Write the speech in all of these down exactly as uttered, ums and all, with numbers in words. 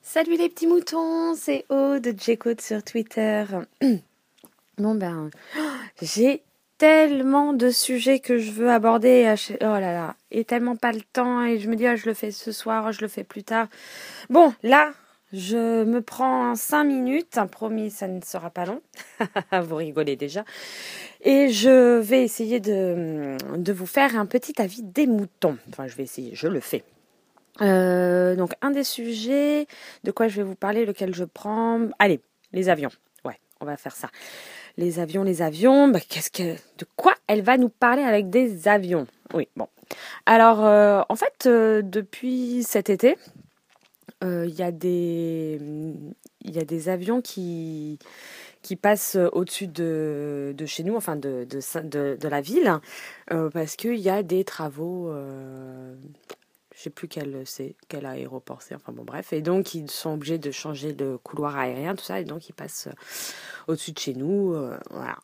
Salut les petits moutons, c'est Aude de J-Code sur Twitter. Bon ben, j'ai tellement de sujets que je veux aborder. Oh là là, et tellement pas le temps. Et je me dis, oh, je le fais ce soir, je le fais plus tard. Bon, là, je me prends cinq minutes. Promis, ça ne sera pas long. Vous rigolez déjà. Et je vais essayer de, de vous faire un petit avis des moutons. Enfin, je vais essayer, je le fais. Euh, donc un des sujets de quoi je vais vous parler, lequel je prends, allez, les avions. Ouais, on va faire ça. Les avions, les avions. Bah, qu'est-ce que, de quoi elle va nous parler avec des avions? Oui, bon. Alors, euh, en fait, euh, depuis cet été, il euh, y a des, il y a des avions qui qui passent au-dessus de, de chez nous, enfin de de de, de la ville, euh, parce qu'il y a des travaux. Euh, Je sais plus quel c'est, quel aéroport c'est, enfin bon bref. Et donc ils sont obligés de changer de couloir aérien, tout ça, et donc ils passent au-dessus de chez nous, euh, voilà.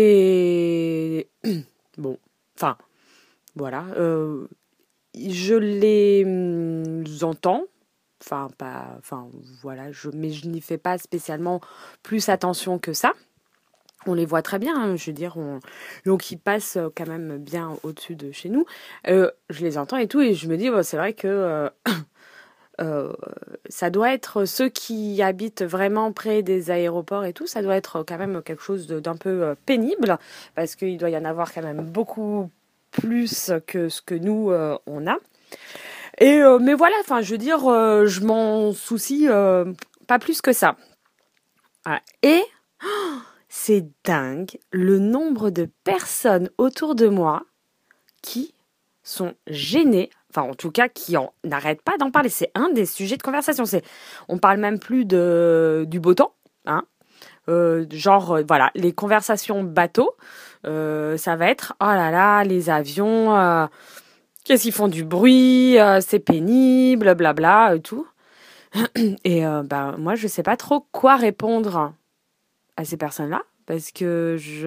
Et bon, enfin voilà, euh, je les hum, entends, enfin pas, enfin voilà, je, mais je n'y fais pas spécialement plus attention que ça. On les voit très bien, hein, je veux dire, on... donc ils passent quand même bien au-dessus de chez nous. Euh, je les entends et tout, et je me dis, bon, c'est vrai que euh, euh, ça doit être ceux qui habitent vraiment près des aéroports et tout, ça doit être quand même quelque chose de, d'un peu euh, pénible, parce qu'il doit y en avoir quand même beaucoup plus que ce que nous, euh, on a. Et, euh, mais voilà, enfin, je veux dire, euh, je m'en soucie euh, pas plus que ça. Voilà. Et c'est dingue le nombre de personnes autour de moi qui sont gênées, enfin en tout cas qui en n'arrêtent pas d'en parler. C'est un des sujets de conversation. C'est, on parle même plus de du beau temps, hein. Euh, genre euh, voilà, les conversations bateau, euh, ça va être oh là là, les avions, euh, qu'est-ce qu'ils font du bruit, euh, c'est pénible, blabla, et tout. Et euh, bah moi je sais pas trop quoi répondre à ces personnes-là. Parce que je,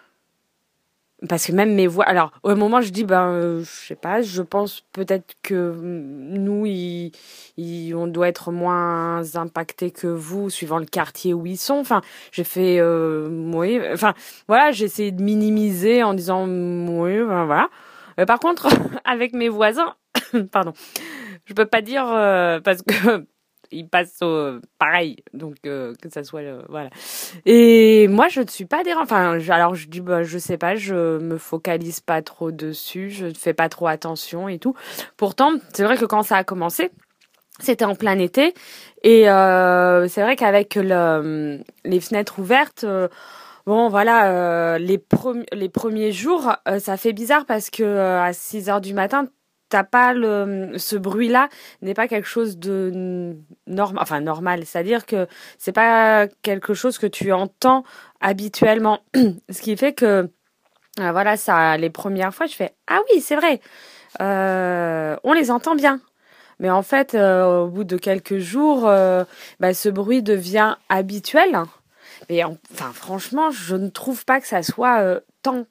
parce que même mes voix, alors au moment je dis ben euh, je sais pas, je pense peut-être que nous il, il, on doit être moins impacté que vous suivant le quartier où ils sont. Enfin, j'ai fait euh, oui, enfin voilà, j'ai essayé de minimiser en disant oui, ben, voilà. Mais par contre avec mes voisins, pardon, je peux pas dire euh, parce que ils passent au pareil, donc euh, que ça soit le, voilà. Et moi je ne suis pas dérangée, enfin je, alors je dis bah je sais pas, je me focalise pas trop dessus, je ne fais pas trop attention et tout. Pourtant c'est vrai que quand ça a commencé, c'était en plein été, et euh, c'est vrai qu'avec le, les fenêtres ouvertes, euh, bon voilà, euh, les, pre- les premiers jours, euh, ça fait bizarre parce que euh, à six heures du matin, t'as pas le, ce bruit-là n'est pas quelque chose de normal, enfin normal, c'est-à-dire que c'est pas quelque chose que tu entends habituellement, ce qui fait que euh, voilà, ça, les premières fois, je fais ah oui, c'est vrai, euh, on les entend bien. Mais en fait, euh, au bout de quelques jours, euh, bah, ce bruit devient habituel. Mais en- enfin, franchement, je ne trouve pas que ça soit euh, tant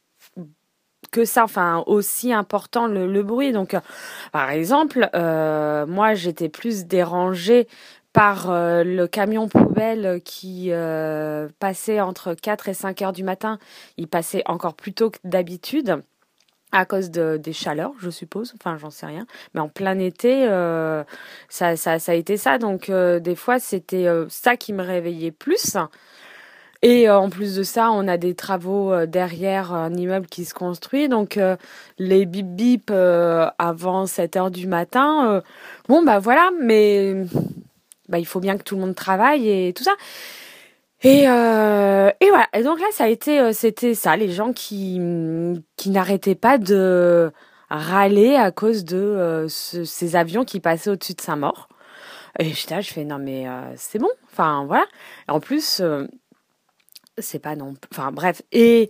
que ça, enfin aussi important le, le bruit. Donc, euh, par exemple, euh, moi j'étais plus dérangée par euh, le camion poubelle qui euh, passait entre quatre et cinq heures du matin. Il passait encore plus tôt que d'habitude à cause de, des chaleurs, je suppose. Enfin, j'en sais rien. Mais en plein été, euh, ça, ça, ça a été ça. Donc, euh, des fois, c'était euh, ça qui me réveillait plus. Et euh, en plus de ça, on a des travaux euh, derrière un immeuble qui se construit. Donc, euh, les bip bip euh, avant sept heures du matin, euh, bon, bah voilà, mais bah, il faut bien que tout le monde travaille et tout ça. Et, euh, et voilà. Et donc là, ça a été, euh, c'était ça, les gens qui, qui n'arrêtaient pas de râler à cause de euh, ce- ces avions qui passaient au-dessus de Saint-Maur. Et j'étais là, je fais, non mais euh, c'est bon. Enfin, voilà. Et en plus... euh, c'est pas non plus... Enfin, bref. Et,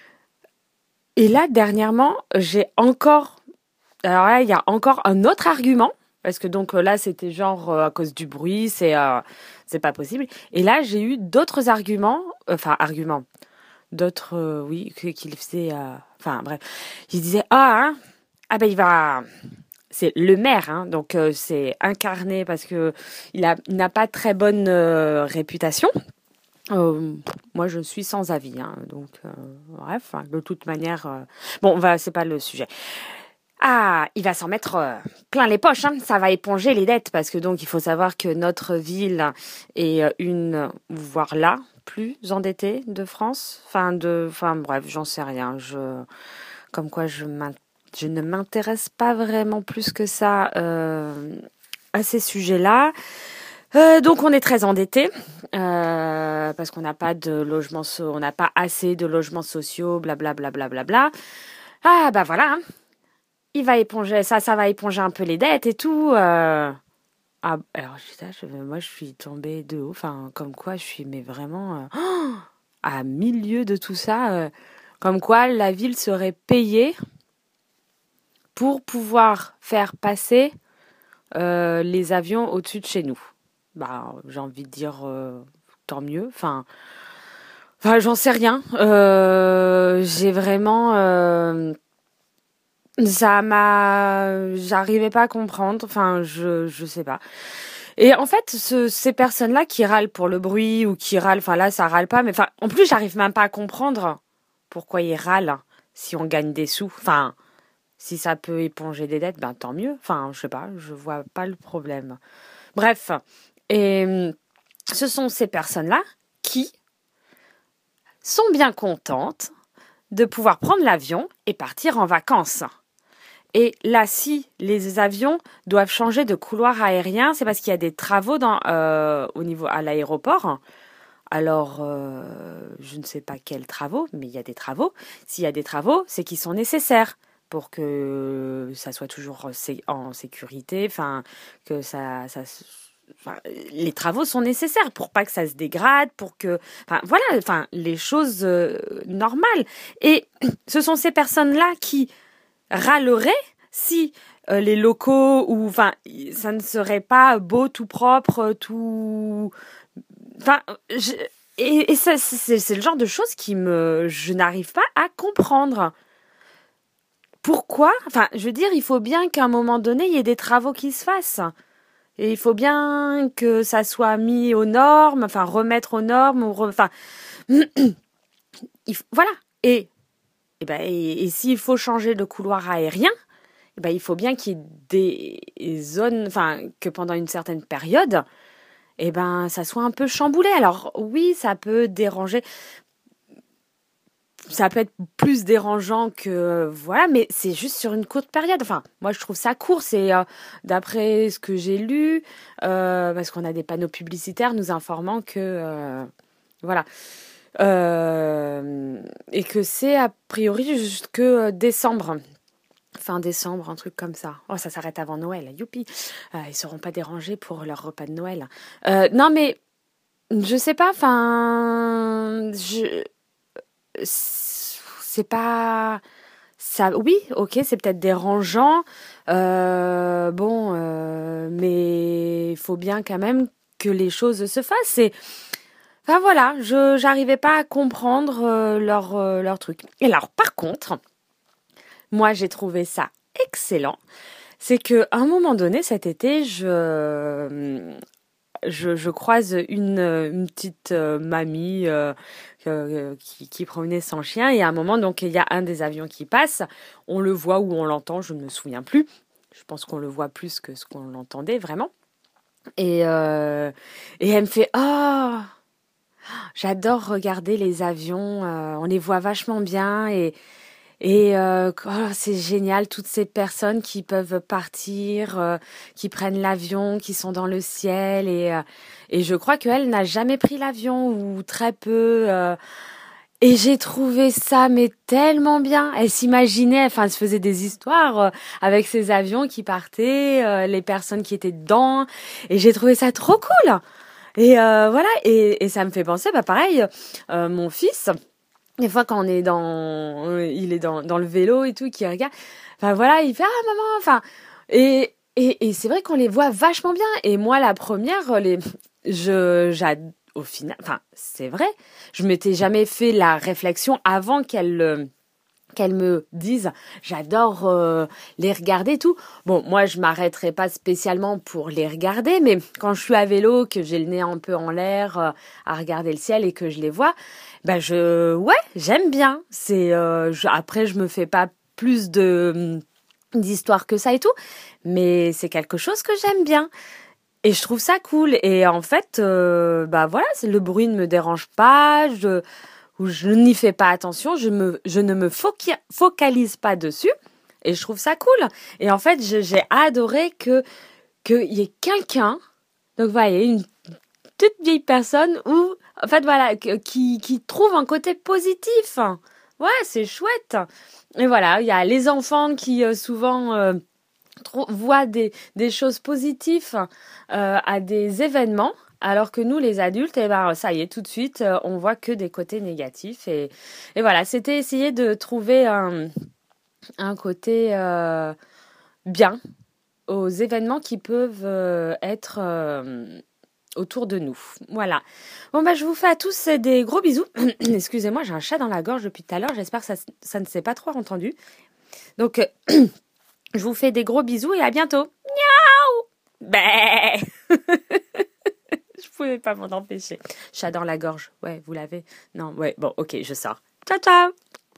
et là, dernièrement, j'ai encore... Alors là, il y a encore un autre argument. Parce que donc euh, là, c'était genre euh, à cause du bruit, c'est euh, c'est pas possible. Et là, j'ai eu d'autres arguments. Enfin, arguments. D'autres, euh, oui, que- qu'il faisait... euh, Enfin, bref. Il disait, ah, hein, ah ben il va... c'est le maire, hein, donc euh, c'est incarné parce que il a, il n'a pas très bonne euh, réputation. Euh, moi, je suis sans avis, hein, donc euh, bref, hein, de toute manière, euh, bon, on va, c'est pas le sujet. Ah, il va s'en mettre euh, plein les poches, hein. Ça va éponger les dettes parce que donc il faut savoir que notre ville est euh, une, voire la plus endettée de France. Enfin de, enfin bref, j'en sais rien. Je, comme quoi je m'in- je ne m'intéresse pas vraiment plus que ça euh, à ces sujets-là. Euh, donc on est très endetté euh, parce qu'on n'a pas de logements, so- on n'a pas assez de logements sociaux, blablabla, blablabla. Ah bah voilà. Hein. Il va éponger ça, ça va éponger un peu les dettes et tout. euh. Ah, alors je, je, moi je suis tombée de haut, enfin comme quoi je suis mais vraiment euh, oh, à milieu de tout ça, euh, comme quoi la ville serait payée pour pouvoir faire passer euh, les avions au-dessus de chez nous. Bah j'ai envie de dire euh, tant mieux. Enfin, enfin j'en sais rien. Euh, j'ai vraiment euh, Ça m'a, j'arrivais pas à comprendre. Enfin, je, je sais pas. Et en fait, ce, ces personnes-là qui râlent pour le bruit ou qui râlent, enfin là, ça râle pas. Mais enfin, en plus, j'arrive même pas à comprendre pourquoi ils râlent si on gagne des sous. Enfin, si ça peut éponger des dettes, ben tant mieux. Enfin, je sais pas, je vois pas le problème. Bref, et ce sont ces personnes-là qui sont bien contentes de pouvoir prendre l'avion et partir en vacances. Et là, si les avions doivent changer de couloir aérien, c'est parce qu'il y a des travaux dans, euh, au niveau à l'aéroport. Alors, euh, je ne sais pas quels travaux, mais il y a des travaux. S'il y a des travaux, c'est qu'ils sont nécessaires pour que ça soit toujours en sécurité. Enfin, que ça, ça, enfin, les travaux sont nécessaires pour pas que ça se dégrade, pour que, enfin, voilà, enfin, les choses euh, normales. Et ce sont ces personnes-là qui râlerait si euh, les locaux ou enfin ça ne serait pas beau, tout propre, tout enfin je... et, et ça c'est, c'est le genre de choses qui me je n'arrive pas à comprendre. Pourquoi? Enfin, je veux dire, il faut bien qu'à un moment donné, il y ait des travaux qui se fassent. Et il faut bien que ça soit mis aux normes, enfin remettre aux normes, ou re... enfin il... voilà. Et et ben et, et s'il faut changer de couloir aérien, ben, il faut bien qu'il y ait des zones, enfin, que pendant une certaine période, eh ben, ça soit un peu chamboulé. Alors, oui, ça peut déranger. Ça peut être plus dérangeant que, voilà, mais c'est juste sur une courte période. Enfin, moi, je trouve ça court. C'est, euh, d'après ce que j'ai lu, euh, parce qu'on a des panneaux publicitaires nous informant que, euh, voilà. Euh, et que c'est a priori jusque décembre. Fin décembre, un truc comme ça. Oh, ça s'arrête avant Noël, youpi. Euh, ils seront pas dérangés pour leur repas de Noël. Euh, non, mais je sais pas. Enfin, je c'est pas ça. Oui, ok, c'est peut-être dérangeant. Euh, bon, euh, mais il faut bien quand même que les choses se fassent. Et enfin voilà, je j'arrivais pas à comprendre euh, leur euh, leur truc. Et alors, par contre. Moi, j'ai trouvé ça excellent. C'est que à un moment donné, cet été, je je, je croise une, une petite euh, mamie euh, euh, qui, qui promenait son chien et à un moment, donc il y a un des avions qui passe. On le voit ou on l'entend, je ne me souviens plus. Je pense qu'on le voit plus que ce qu'on l'entendait vraiment. Et euh, et elle me fait oh, j'adore regarder les avions. Euh, on les voit vachement bien et Et euh, oh, c'est génial, toutes ces personnes qui peuvent partir, euh, qui prennent l'avion, qui sont dans le ciel. Et, euh, et je crois qu'elle n'a jamais pris l'avion ou très peu. Euh, et j'ai trouvé ça mais tellement bien. Elle s'imaginait, enfin, elle se faisait des histoires euh, avec ces avions qui partaient, euh, les personnes qui étaient dedans. Et j'ai trouvé ça trop cool. Et euh, voilà, et, et ça me fait penser, bah pareil, euh, mon fils... Des fois, quand on est dans, euh, il est dans, dans le vélo et tout, qui regarde, enfin voilà, il fait ah maman, enfin et et, et c'est vrai qu'on les voit vachement bien. Et moi, la première, les, je, j'ad, au final, enfin c'est vrai, je m'étais jamais fait la réflexion avant qu'elle, qu'elles me disent j'adore euh, les regarder et tout. Bon, moi je m'arrêterai pas spécialement pour les regarder, mais quand je suis à vélo, que j'ai le nez un peu en l'air euh, à regarder le ciel et que je les vois, ben je ouais, j'aime bien. C'est euh, je, après je me fais pas plus de d'histoire que ça et tout, mais c'est quelque chose que j'aime bien. Et je trouve ça cool. Et en fait, euh, bah voilà, le bruit ne me dérange pas. Je où je n'y fais pas attention, je, me, je ne me foca- focalise pas dessus et je trouve ça cool. Et en fait, je, j'ai adoré que qu'il y ait quelqu'un, donc voilà, il y a une toute vieille personne où, en fait, voilà, qui, qui trouve un côté positif. Ouais, c'est chouette. Et voilà, il y a les enfants qui euh, souvent euh, trou- voient des, des choses positives euh, à des événements. Alors que nous, les adultes, eh ben, ça y est, tout de suite, euh, on voit que des côtés négatifs. Et, et voilà, c'était essayer de trouver un, un côté euh, bien aux événements qui peuvent euh, être euh, autour de nous. Voilà. Bon, bah, je vous fais à tous des gros bisous. Excusez-moi, j'ai un chat dans la gorge depuis tout à l'heure. J'espère que ça, ça ne s'est pas trop entendu. Donc, euh, je vous fais des gros bisous et à bientôt. Miaou! Bé! Je pouvais pas m'en empêcher. Chat dans la gorge. Ouais, vous l'avez? Non, ouais, bon, ok, je sors. Ciao, ciao!